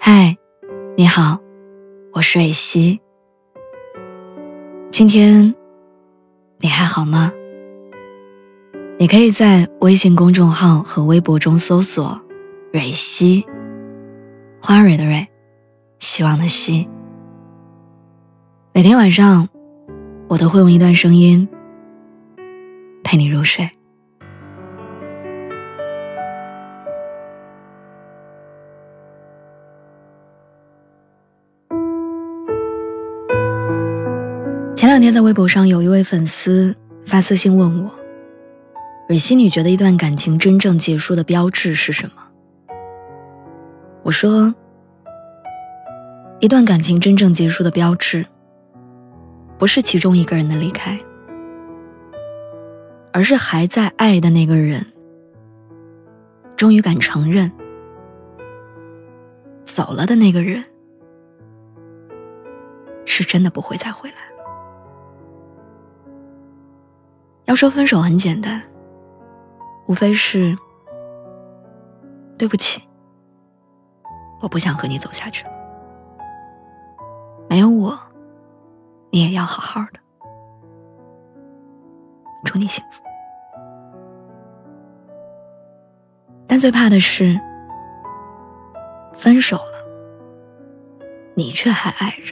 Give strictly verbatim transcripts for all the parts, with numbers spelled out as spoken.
嗨，你好，我是蕊希。今天你还好吗？你可以在微信公众号和微博中搜索蕊希，花蕊的蕊，希望的希。每天晚上我都会用一段声音陪你入睡。前两天在微博上有一位粉丝发私信问我，蕊希，你觉得一段感情真正结束的标志是什么？我说，一段感情真正结束的标志不是其中一个人的离开，而是还在爱的那个人终于敢承认，走了的那个人是真的不会再回来。要说分手很简单，无非是对不起，我不想和你走下去了，没有我你也要好好的，祝你幸福。但最怕的是分手了你却还爱着。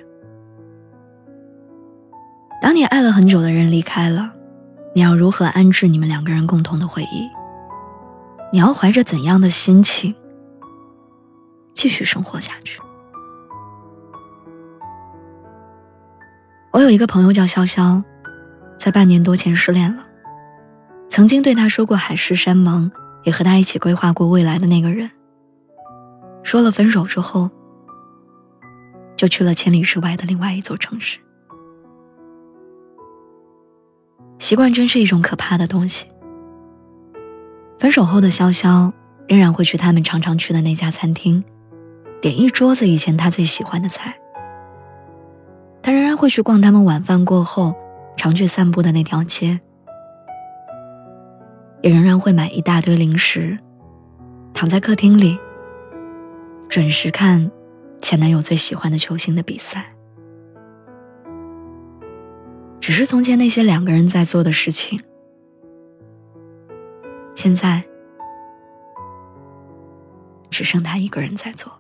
当你爱了很久的人离开了，你要如何安置你们两个人共同的回忆？你要怀着怎样的心情继续生活下去？我有一个朋友叫潇潇，在半年多前失恋了。曾经对他说过海誓山盟，也和他一起规划过未来的那个人，说了分手之后就去了千里之外的另外一座城市。习惯真是一种可怕的东西。分手后的潇潇仍然会去他们常常去的那家餐厅，点一桌子以前他最喜欢的菜。他仍然会去逛他们晚饭过后常去散步的那条街，也仍然会买一大堆零食，躺在客厅里准时看前男友最喜欢的球星的比赛。只是从前那些两个人在做的事情，现在只剩他一个人在做了。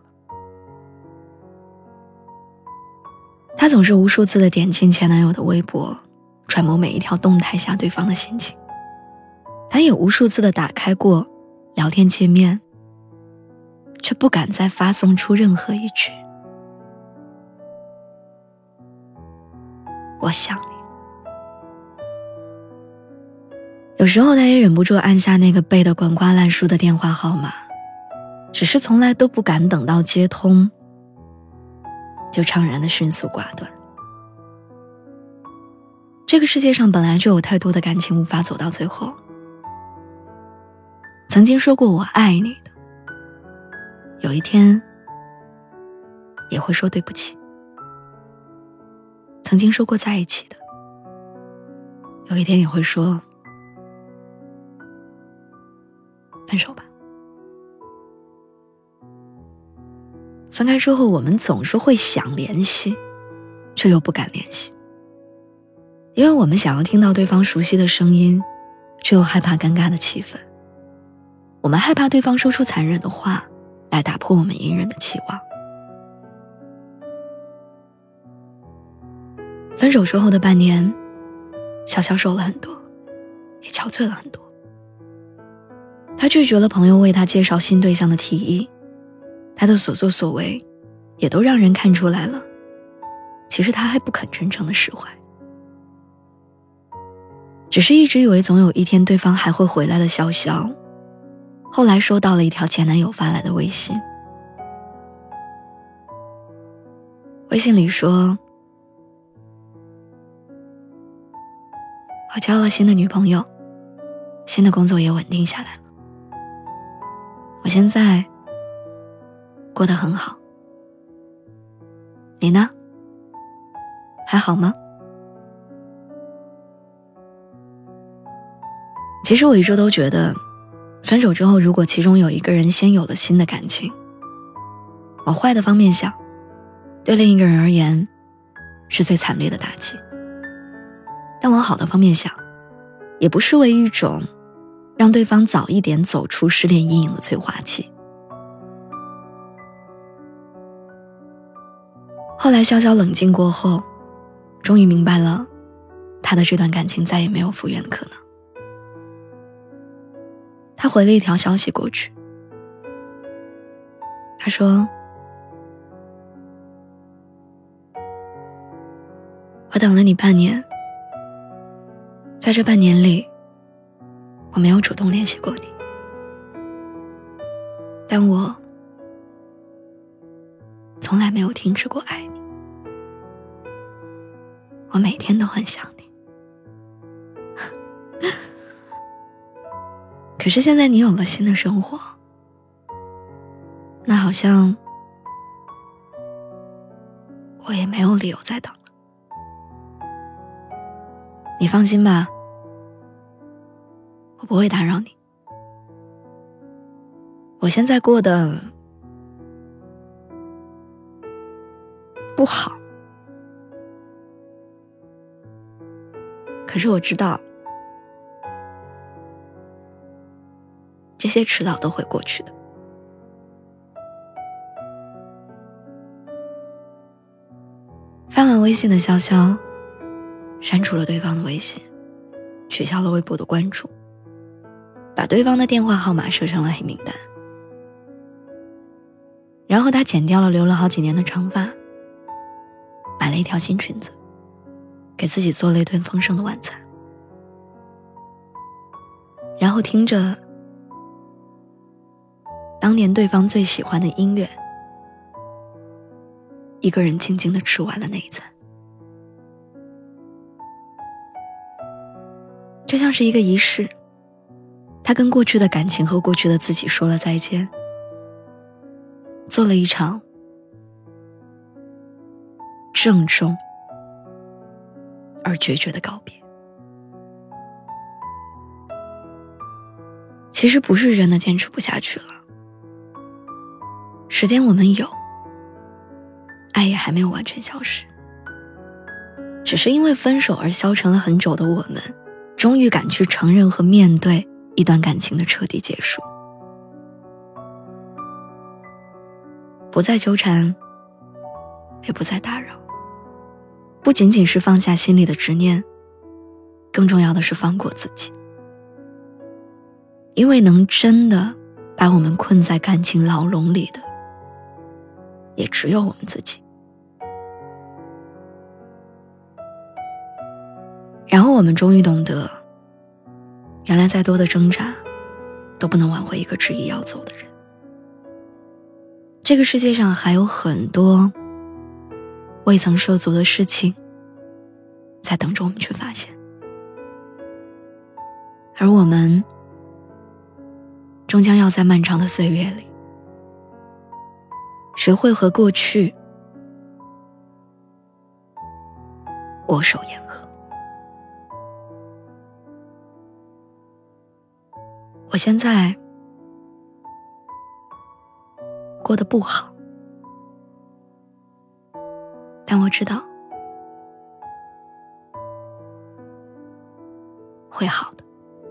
他总是无数次地点进前男友的微博，揣摩每一条动态下对方的心情。他也无数次地打开过聊天界面，却不敢再发送出任何一句我想你。有时候他也忍不住按下那个背得滚瓜烂熟的电话号码，只是从来都不敢等到接通就怅然的迅速挂断。这个世界上本来就有太多的感情无法走到最后，曾经说过我爱你的，有一天也会说对不起；曾经说过在一起的，有一天也会说分手吧。分开之后，我们总是会想联系，却又不敢联系，因为我们想要听到对方熟悉的声音，却又害怕尴尬的气氛。我们害怕对方说出残忍的话来打破我们隐忍的期望。分手之后的半年，潇潇瘦了很多，也憔悴了很多。他拒绝了朋友为他介绍新对象的提议，他的所作所为也都让人看出来了，其实他还不肯真正的释怀，只是一直以为总有一天对方还会回来的潇潇，后来收到了一条前男友发来的微信。微信里说，我交了新的女朋友，新的工作也稳定下来了，我现在过得很好，你呢？还好吗？其实我一直都觉得，分手之后如果其中有一个人先有了新的感情， 往坏的方面想，对另一个人而言是最惨烈的打击，但往好的方面想，也不失为一种让对方早一点走出失恋阴影的催化剂。后来潇潇冷静过后，终于明白了他的这段感情再也没有复原的可能。他回了一条消息过去，他说，我等了你半年，在这半年里我没有主动联系过你，但我从来没有停止过爱你，我每天都很想你。可是现在你有了新的生活，那好像我也没有理由再等了。你放心吧，我不会打扰你。我现在过得不好，可是我知道这些迟早都会过去的。翻完微信的潇潇删除了对方的微信，取消了微博的关注，把对方的电话号码设成了黑名单。然后他剪掉了留了好几年的长发，买了一条新裙子，给自己做了一顿丰盛的晚餐，然后听着当年对方最喜欢的音乐，一个人静静地吃完了那一餐。就像是一个仪式，他跟过去的感情和过去的自己说了再见，做了一场郑重而决绝的告别。其实不是真的坚持不下去了，时间我们有，爱也还没有完全消失，只是因为分手而消沉了很久的我们，终于敢去承认和面对一段感情的彻底结束，不再纠缠，也不再打扰，不仅仅是放下心里的执念，更重要的是放过自己。因为能真的把我们困在感情牢笼里的，也只有我们自己。然后我们终于懂得，原来再多的挣扎都不能挽回一个执意要走的人。这个世界上还有很多未曾涉足的事情在等着我们去发现，而我们终将要在漫长的岁月里学会和过去握手言和。我现在过得不好，但我知道会好的。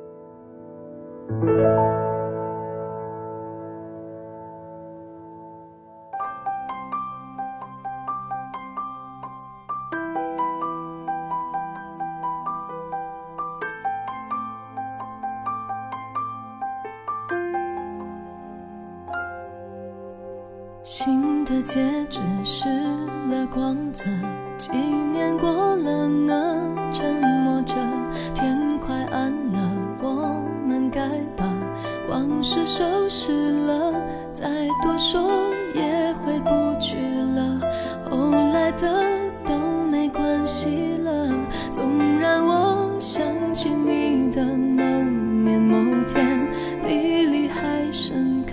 新的戒指失了光泽，几年过了呢，沉默着，天快暗了，我们该把往事收拾了，再多说也回不去了，后来的都没关系了，纵然我想起你的某年某天，历历还深刻。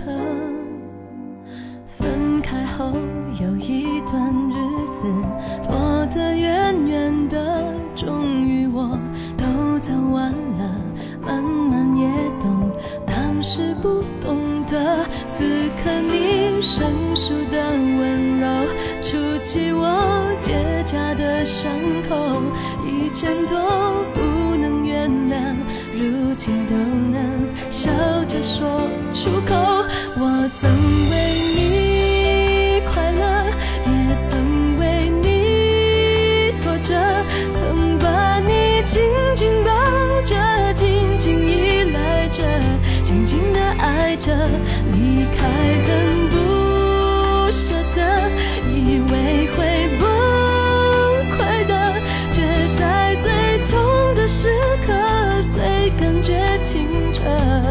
分开后有一段日子，拖得远远的，终于我都走完了，慢慢也懂当时不懂的，此刻你深深数的温柔，触及我结痂的伤口，以前都不能原谅，如今都能笑着说出口。我曾为你快乐，也曾为你挫折，曾把你紧紧抱着，紧紧依赖着，紧紧地爱着，离开很不舍得，以为会崩溃的，却在最痛的时刻最感觉清澈，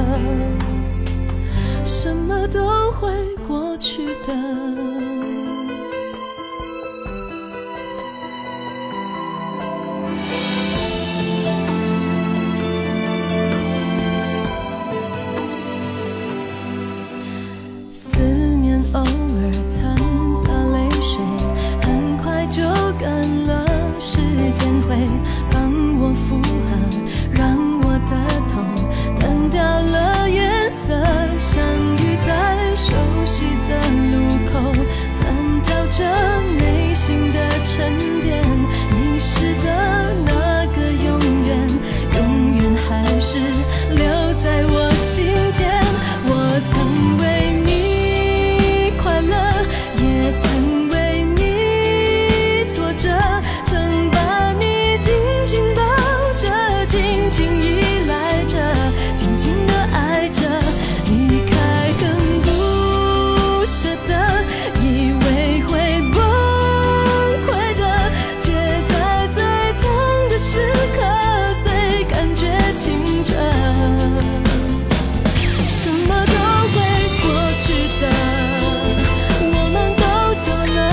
什么都会过去的。思念偶尔掺杂泪水，很快就干了，时间会帮我复合，让我的痛淡掉了颜色，相遇在熟悉的路口，翻找着内心的沉淀，遗失的那个永远，永远还是留在我心间。我曾为你快乐，也曾为你挫折，曾把你紧紧抱着，紧紧依赖着，紧紧地爱着，离开很不舍得，以为会崩溃的，却在最痛的时刻最感觉清澈，什么都会过去的，我们都走了，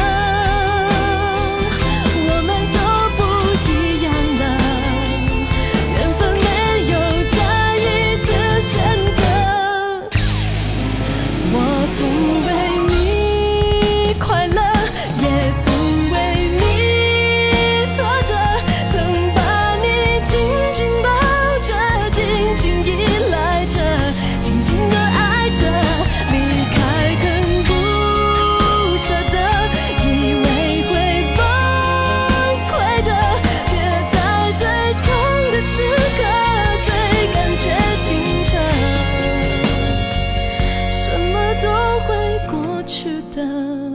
我们都不一样了，缘分没有再一次选择。我曾为你快乐，也曾为你挫折，曾把你紧紧抱着，紧紧依赖着，紧紧地爱着，离开很不舍得，以为会崩溃的，却在最痛的时刻最感觉清澈，什么都会过去的。